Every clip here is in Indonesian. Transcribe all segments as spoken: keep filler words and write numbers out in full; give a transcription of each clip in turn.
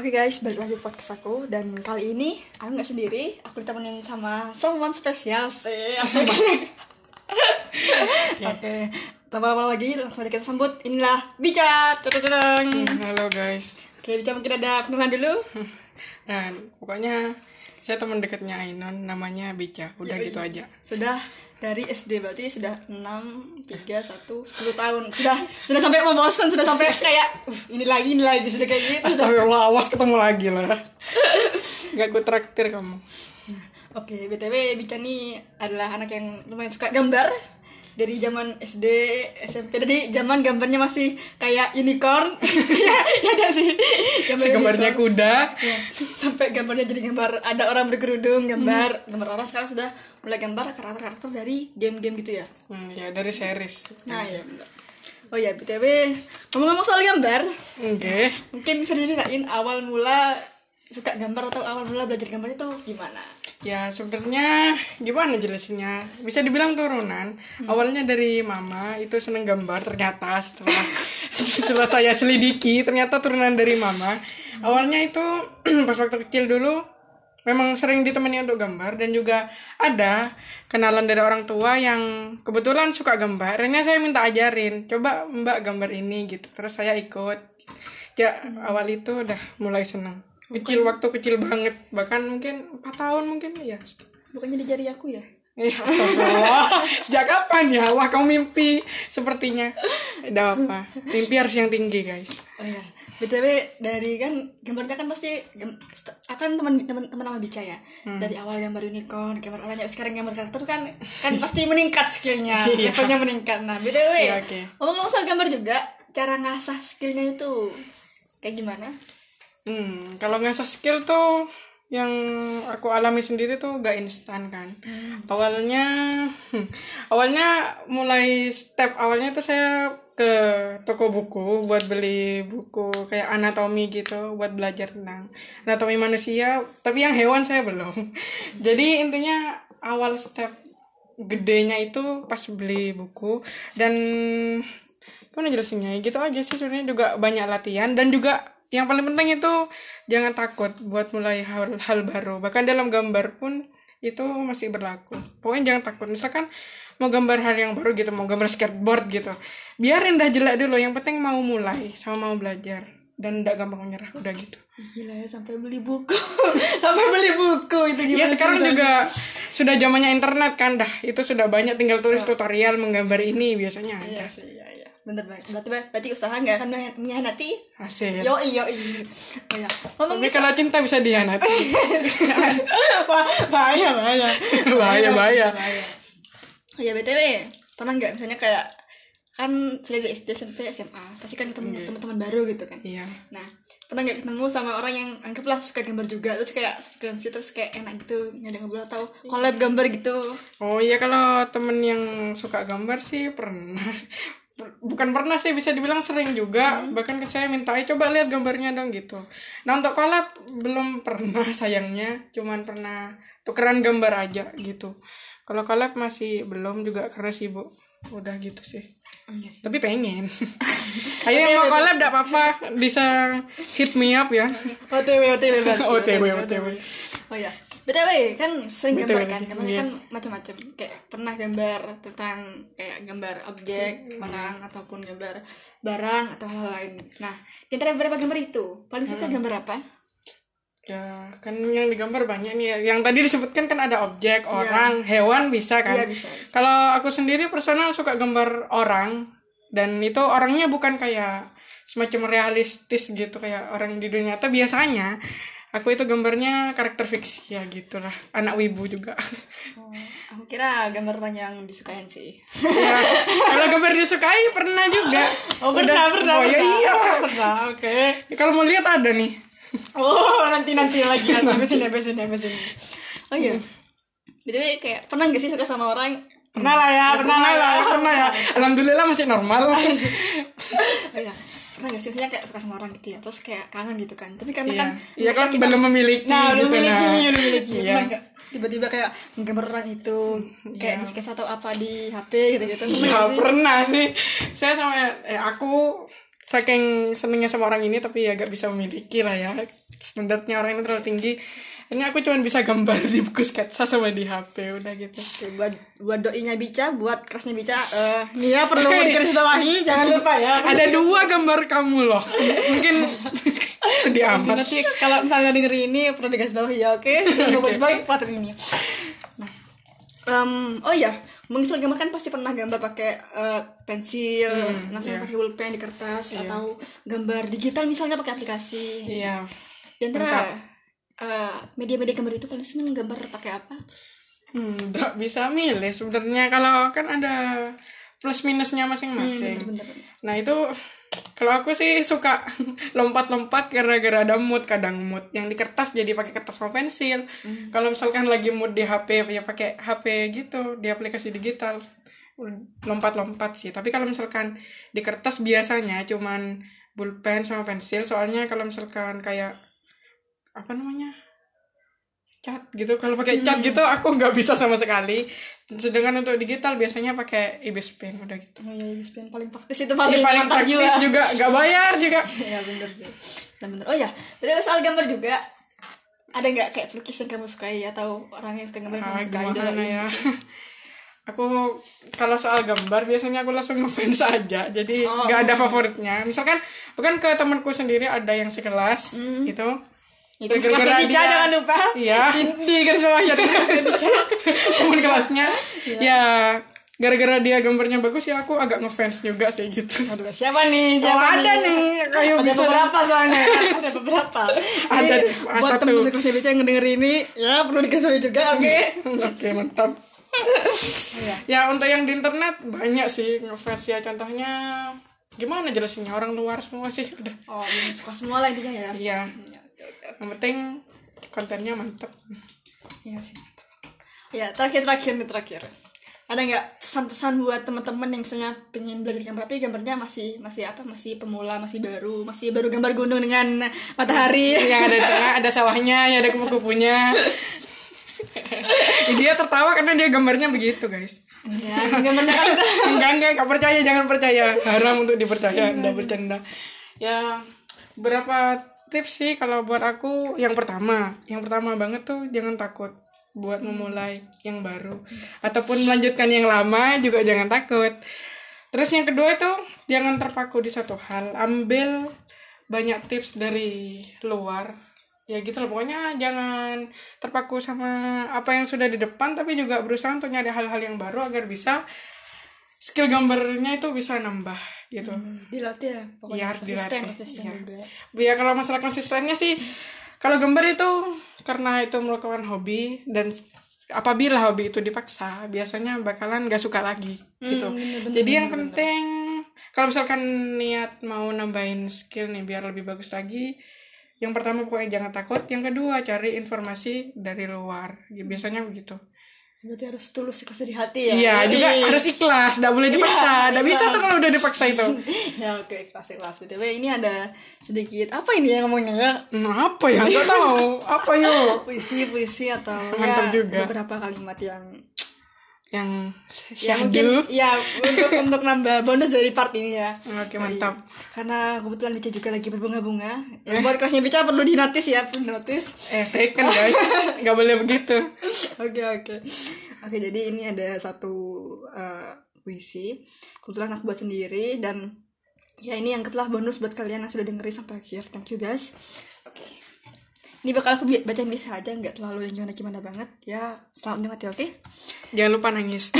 Oke guys, balik lagi ke podcast aku. Dan kali ini aku gak sendiri. Aku ditemenin sama someone spesial sih. Oke, okay. Tanpa lama lagi langsung aja kita sambut. Inilah Bica. hmm, Halo guys. Oke, Bica mungkin ada kenalan dulu. Nah, pokoknya saya teman dekatnya Ainon, namanya Bica. Udah ya, gitu aja. Sudah dari S D, berarti sudah enam, tiga, satu, sepuluh tahun. Sudah sudah sampai mau bosan, sudah sampai kayak uh, ini lagi, ini lagi, sudah kayak gitu. Astagfirullah, awas ketemu lagi lah. Gak gue traktir kamu. Oke, B T W Bica nih adalah anak yang lumayan suka gambar. Dari zaman S D, S M P, dari zaman gambarnya masih kayak unicorn. Ya, ya ada sih. Gambar si gambarnya unicorn. Kuda. Ya, sampai gambarnya jadi gambar ada orang berkerudung, gambar hmm. gambar orang. Sekarang sudah mulai gambar karakter-karakter dari game-game gitu ya. Hmm, ya dari series. Nah, ya benar. Oh ya, B T W ngomong-ngomong soal gambar. Oke. Okay. Mungkin bisa diceritain awal mula suka gambar atau awal mula belajar gambar itu gimana? Ya sebenarnya gimana jelasinnya, bisa dibilang turunan. hmm. Awalnya dari mama, itu seneng gambar. Ternyata setelah setelah saya selidiki ternyata turunan dari mama. hmm. Awalnya itu pas waktu kecil dulu memang sering ditemani untuk gambar. Dan juga ada kenalan dari orang tua yang kebetulan suka gambar. Akhirnya saya minta ajarin, coba mbak gambar ini gitu. Terus saya ikut. Ya awal itu udah mulai seneng. Kecil, waktu kecil banget, bahkan mungkin empat tahun mungkin ya. Bukannya di jari aku ya? Eh, astagfirullah. Sejak kapan ya? Wah, kamu mimpi sepertinya. Udah apa? Mimpi harus yang tinggi, guys. Oh iya. B T W dari kan gambarnya kan pasti akan teman-teman teman sama Bica ya. Hmm. Dari awal gambar unicorn, gambar orangnya, sekarang gambar karakter kan kan pasti meningkat skillnya, levelnya meningkat. Nah, B T W. Iya, okay. Ngomong-ngomong soal gambar juga, cara ngasah skillnya itu kayak gimana? Hmm, kalau ngasah skill tuh yang aku alami sendiri tuh gak instan kan. Hmm, awalnya hmm, awalnya mulai step awalnya tuh saya ke toko buku buat beli buku kayak anatomi gitu, buat belajar tentang anatomi manusia, tapi yang hewan saya belum. Jadi intinya awal step gedenya itu pas beli buku. Dan gimana jelasinnya, gitu aja sih sebenarnya. Juga banyak latihan, dan juga yang paling penting itu jangan takut buat mulai hal, hal baru. Bahkan dalam gambar pun itu masih berlaku. Pokoknya jangan takut. Misalkan mau gambar hal yang baru gitu, mau gambar skateboard gitu, biarin dah jelek dulu. Yang penting mau mulai sama mau belajar. Dan gak gampang menyerah, udah gitu. Gila ya, sampai beli buku. Sampai beli buku itu gimana? Ya sekarang juga sudah zamannya internet kan, dah itu sudah banyak, tinggal tulis oh. tutorial menggambar ini biasanya ada. Iya sih, iya, iya. Bener banget. Berarti berarti usaha nggak akan mengkhianati. Asik. Yoi yoi. Oh ya. Tapi kalau cinta bisa dihianati. bahaya bahaya. Bahaya bahaya. Oh ya B T W, pernah nggak misalnya kayak kan selain dari S D, S M P, S M A pasti kan ketemu okay. teman-teman baru gitu kan. Iya. Nah, pernah nggak ketemu sama orang yang anggaplah suka gambar juga, terus kayak frekuensi, terus kayak enak gitu ngajak ngobrol atau collab gambar gitu? Oh iya, kalau temen yang suka gambar sih pernah. Bukan pernah sih, bisa dibilang sering juga. hmm. Bahkan ke saya minta, ayo coba lihat gambarnya dong gitu. Nah untuk collab belum pernah sayangnya, cuman pernah tukeran gambar aja gitu. Kalau collab masih belum juga karena sibuk. Udah gitu sih. Oh, yes. Tapi pengen. Ayo yang mau collab gak apa-apa, bisa hit me up ya. O T W O T W O T W O T W. Oh ya, B T W kan sering B T W, gambar kan, gambarnya yeah. kan macam-macam. Kayak pernah gambar tentang kayak gambar objek, orang hmm. ataupun gambar barang atau hal lain. Nah, di antara beberapa gambar itu, paling suka hmm. gambar apa? Ya, kan yang digambar banyak nih. Yang tadi disebutkan kan ada objek, orang, yeah. hewan bisa kan? Iya, bisa, bisa. Kalau aku sendiri personal suka gambar orang, dan itu orangnya bukan kayak semacam realistis gitu kayak orang di dunia nyata. Biasanya aku itu gambarnya karakter fiksi ya gitulah, anak wibu juga. Oh, aku kira gambar orang yang disukain sih. Ya, kalau gambar disukai pernah juga. Oh pernah, Udah, pernah, oh, pernah. Ya, iya pernah, oke. Okay. Kalau mau lihat ada nih. Oh nanti nanti lagi nanti besin besin besin. Oh iya. Jadi kayak pernah nggak sih suka sama orang? Pernah lah ya, pernah, pernah lah, ya, pernah ya. Alhamdulillah masih normal. Oh iya. Pernah gak sih, misalnya kayak suka sama orang gitu ya, terus kayak kangen gitu kan, tapi karena iya. kan iya kan kita, belum memiliki nah belum gitu memiliki nah. belum memiliki iya. Pernah gak tiba-tiba kayak gambar orang itu kayak di sketsa atau apa di H P gitu-gitu? Ya pernah sih. Saya sama eh, aku saking senengnya sama orang ini, tapi ya gak bisa memiliki lah ya. standarnya orang ini terlalu tinggi. Ini aku cuma bisa gambar di buku sketsa sama di H P, udah gitu. Oke, buat buat doinya Bica, buat kerasnya Bica, eh nih ya perlu digarisbawahi, jangan lupa ya. Ada dua gambar kamu loh. Mungkin sedih amat. Nanti kalau misalnya denger ini perlu digarisbawahi ya, oke? Jangan lupa baik buat ini. Nah, um, oh ya, menginstal gambar kan pasti pernah gambar pakai uh, pensil, hmm, langsung yeah. pakai pulpen di kertas, yeah. atau gambar digital misalnya pakai aplikasi. Iya. Yeah. Di antara Uh, media-media gambar itu paling seneng gambar pakai apa? Hmm, nggak bisa milih sebenarnya, kalau kan ada plus minusnya masing-masing. Hmm, bener, bener. Nah itu kalau aku sih suka lompat-lompat gara-gara ada mood, kadang mood yang di kertas jadi pakai kertas sama pensil. Hmm. Kalau misalkan lagi mood di H P ya pakai H P gitu, di aplikasi digital lompat-lompat sih. Tapi kalau misalkan di kertas biasanya cuman pulpen sama pensil, soalnya kalau misalkan kayak apa namanya cat gitu, kalau pakai hmm. cat gitu aku nggak bisa sama sekali. Sedangkan untuk digital biasanya pakai Ibis Pen, udah gitu. Oh ya, Ibis Pen paling praktis, itu paling, ya, paling praktis juga, juga nggak bayar juga. Ya bener sih, bener. Oh ya, jadi soal gambar juga ada nggak kayak pelukis yang kamu sukai atau orang yang suka gambar yang kamu sukai? Gimana ya? Aku kalau soal gambar biasanya aku langsung ngefans aja, jadi nggak oh, ada favoritnya. Misalkan bukan ke temanku sendiri ada yang sekelas hmm. gitu. Itu kelasnya Bica, jangan lupa. Iya. Di, di garis bawah ya kelasnya Bica. Teman kelasnya. Ya. ya, gara-gara dia gambarnya bagus ya aku agak ngefans juga sih gitu. Aduh, siapa nih? Siapa oh, ada nih. Kayak ada bisa beberapa soalnya. Ada beberapa. Ada deh. Buat teman kelasnya Bica yang ngedenger ini, ya perlu dikasih juga, oke? Okay? Oke, okay, mantap. ya. ya, untuk yang di internet banyak sih ngefans ya, contohnya gimana jelasinnya, orang luar semua sih udah. Oh, yang suka semua lah intinya ya. Iya. Yang penting kontennya mantap. Iya sih. Ya, terakhir-terakhir nih terakhir. Ada nggak pesan-pesan buat teman-teman yang misalnya pengen belajar gambar tapi gambarnya masih masih apa masih pemula, masih baru, masih baru gambar gunung dengan matahari. Yang ada di tengah ada sawahnya, ya ada kupu-kupunya. Dia tertawa karena dia gambarnya begitu, guys. Ya, gambarnya kan enggak enggak enggak percaya, jangan percaya. Haram untuk dipercaya, enggak bercanda. Ya, berapa tips sih kalau buat aku. Yang pertama, yang pertama banget tuh jangan takut buat memulai yang baru ataupun melanjutkan yang lama juga jangan takut. Terus yang kedua itu jangan terpaku di satu hal, ambil banyak tips dari luar. Ya gitu loh, pokoknya jangan terpaku sama apa yang sudah di depan, tapi juga berusaha untuk nyari hal-hal yang baru agar bisa skill gambarnya itu bisa nambah gitu. Hmm, dilatih ya pokoknya. Ya, harus dilatih. Konsisten ya. juga. Ya kalau masalah konsistennya sih, kalau gambar itu karena itu merupakan hobi, dan apabila hobi itu dipaksa biasanya bakalan gak suka lagi gitu. Hmm, bener, bener, jadi bener, yang bener, penting kalau misalkan niat mau nambahin skill nih biar lebih bagus lagi, yang pertama pokoknya jangan takut, yang kedua cari informasi dari luar. Ya, biasanya begitu. Berarti harus tulus, ikhlas di hati ya. Iya, juga harus ikhlas, enggak boleh dipaksa. Enggak bisa tuh kalau udah dipaksa itu. Ya oke, okay, ikhlas ikhlas. B T W ini ada sedikit apa ini yang ngomongnya ya? Nah, apa ya? Enggak tahu. Apa yuk? Puisi, puisi atau mantap ya juga. Beberapa kalimat yang yang ya mungkin ya untuk untuk nambah bonus dari part ini ya. Oke, mantap. Karena kebetulan Bica juga lagi berbunga-bunga. Ya eh? Buat kelasnya Bica perlu dinotis ya, perlu notis. Eh, taken guys. Enggak boleh begitu. Oke, oke. Oke, jadi ini ada satu uh, puisi. Kebetulan aku buat sendiri dan ya ini anggaplah bonus buat kalian yang sudah dengerin sampai akhir. Thank you guys. Oke. Ini bakal aku bacain biasa aja, nggak terlalu yang gimana-gimana banget. Ya, selamat menikmati, oke? Okay? Jangan lupa nangis.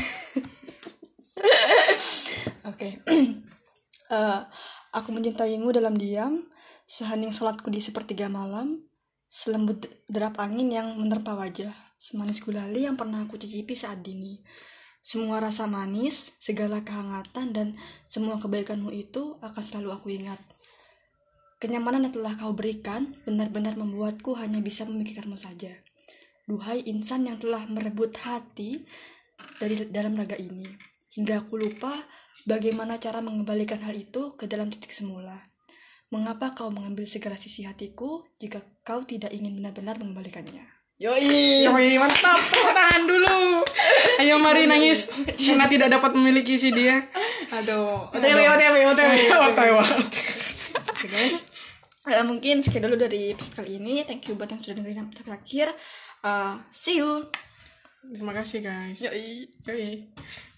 Oke. uh, aku mencintaimu dalam diam, sehening sholatku di sepertiga malam, selembut derap angin yang menerpa wajah, semanis gulali yang pernah aku cicipi saat dini. Semua rasa manis, segala kehangatan, dan semua kebaikanmu itu akan selalu aku ingat. Kenyamanan yang telah kau berikan benar-benar membuatku hanya bisa memikirkanmu saja. Duhai insan yang telah merebut hati dari dalam raga ini, hingga aku lupa bagaimana cara mengembalikan hal itu ke dalam titik semula. Mengapa kau mengambil segala sisi hatiku jika kau tidak ingin benar-benar mengembalikannya? Yoi, Yoi mantap, tahan dulu. Ayo mari nangis karena tidak dapat memiliki si dia. Aduh, otw, otw, otw, otw. Oke guys, Uh, mungkin sekian dulu dari episode kali ini. Thank you buat yang sudah dengerin sampai akhir. Uh, see you. Terima kasih guys. Yoi. Yoi.